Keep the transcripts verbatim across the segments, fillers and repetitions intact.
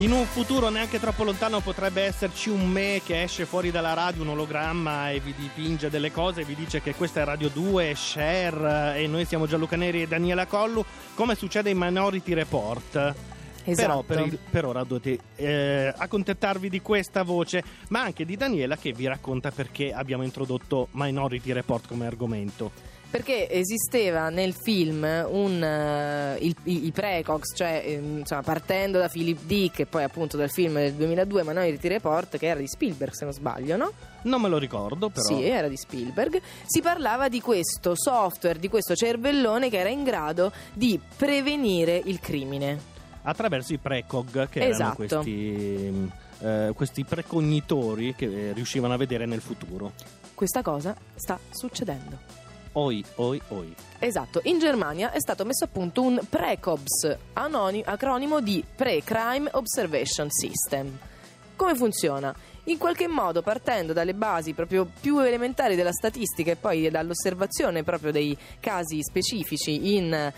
In un futuro neanche troppo lontano potrebbe esserci un me che esce fuori dalla radio, un ologramma, e vi dipinge delle cose, vi dice che questa è Radio due, Share, e noi siamo Gianluca Neri e Daniela Collu, come succede in Minority Report. Esatto. Però per, il, per ora dovete eh, accontentarvi di questa voce, ma anche di Daniela che vi racconta perché abbiamo introdotto Minority Report come argomento. Perché esisteva nel film un, uh, il, i, i precox, cioè eh, insomma, partendo da Philip Dick e poi appunto dal film del duemiladue Minority Report, che era di Spielberg se non sbaglio, no? Non me lo ricordo però. Sì, era di Spielberg. Si parlava di questo software, di questo cervellone che era in grado di prevenire il crimine attraverso i precog, che esatto. erano questi, eh, questi precognitori che eh, riuscivano a vedere nel futuro. Questa cosa sta succedendo. Oi, oi, oi. Esatto, in Germania è stato messo a punto un PRECOBS, anonimo, acronimo di Pre-Crime Observation System. Come funziona? In qualche modo, partendo dalle basi proprio più elementari della statistica e poi dall'osservazione proprio dei casi specifici in,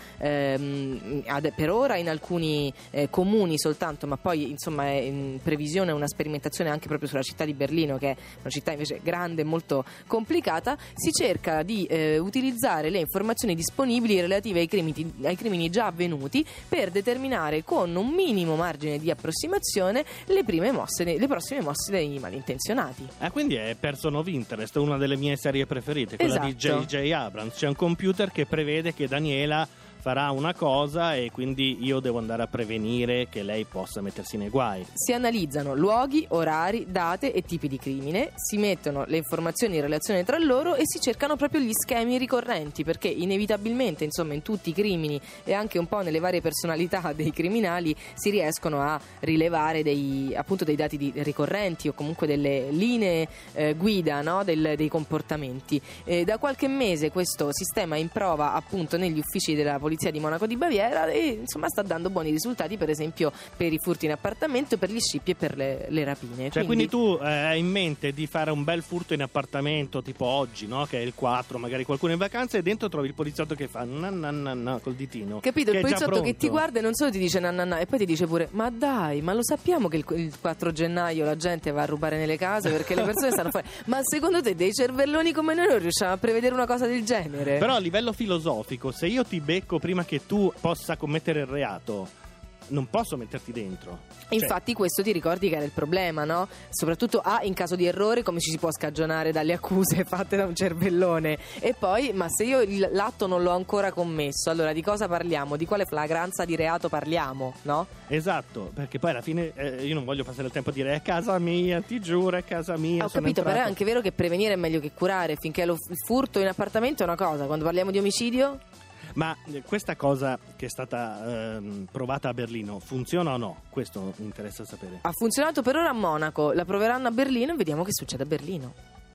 ehm, ad, per ora in alcuni eh, comuni soltanto, ma poi insomma è in previsione una sperimentazione anche proprio sulla città di Berlino, che è una città invece grande e molto complicata, si cerca di eh, utilizzare le informazioni disponibili relative ai crimini, ai crimini già avvenuti per determinare con un minimo margine di approssimazione le prime mosse, le prossime mosse dei malintenzionati. Ah, quindi è Person of Interest, una delle mie serie preferite, quella esatto. di J J Abrams. C'è un computer che prevede che Daniela farà una cosa e quindi io devo andare a prevenire che lei possa mettersi nei guai. Si analizzano luoghi, orari, date e tipi di crimine, si mettono le informazioni in relazione tra loro e si cercano proprio gli schemi ricorrenti, perché inevitabilmente insomma in tutti i crimini e anche un po' nelle varie personalità dei criminali si riescono a rilevare dei, appunto dei dati di, ricorrenti o comunque delle linee eh, guida, no? Del, dei comportamenti. Eh, da qualche mese questo sistema è in prova appunto negli uffici della polizia di Monaco di Baviera e insomma sta dando buoni risultati, per esempio per i furti in appartamento, per gli scippi e per le, le rapine. Cioè quindi, quindi tu eh, hai in mente di fare un bel furto in appartamento tipo oggi, no? Che è il quattro, magari qualcuno in vacanza, e dentro trovi il poliziotto che fa na na na na col ditino, capito? Che il è già poliziotto che pronto. ti guarda e non solo ti dice na na na e poi ti dice pure ma dai, ma lo sappiamo che il, il quattro gennaio la gente va a rubare nelle case perché le persone stanno fuori, ma secondo te dei cervelloni come noi non riusciamo a prevedere una cosa del genere? Però a livello filosofico, se io ti becco prima che tu possa commettere il reato, non posso metterti dentro. Infatti cioè. questo ti ricordi che era il problema, no? Soprattutto A, in caso di errore, come ci si può scagionare dalle accuse fatte da un cervellone, e poi ma se io il, l'atto non l'ho ancora commesso, allora di cosa parliamo? Di quale flagranza di reato parliamo, no? Esatto, perché poi alla fine eh, io non voglio passare il tempo a dire è casa mia, ti giuro, è casa mia. Ho sono capito, entrato. però è anche vero che prevenire è meglio che curare. Finché lo, il furto in appartamento è una cosa, quando parliamo di omicidio... Ma questa cosa che è stata ehm, provata a Berlino funziona o no? Questo mi interessa sapere. Ha funzionato per ora a Monaco, la proveranno a Berlino e vediamo che succede a Berlino.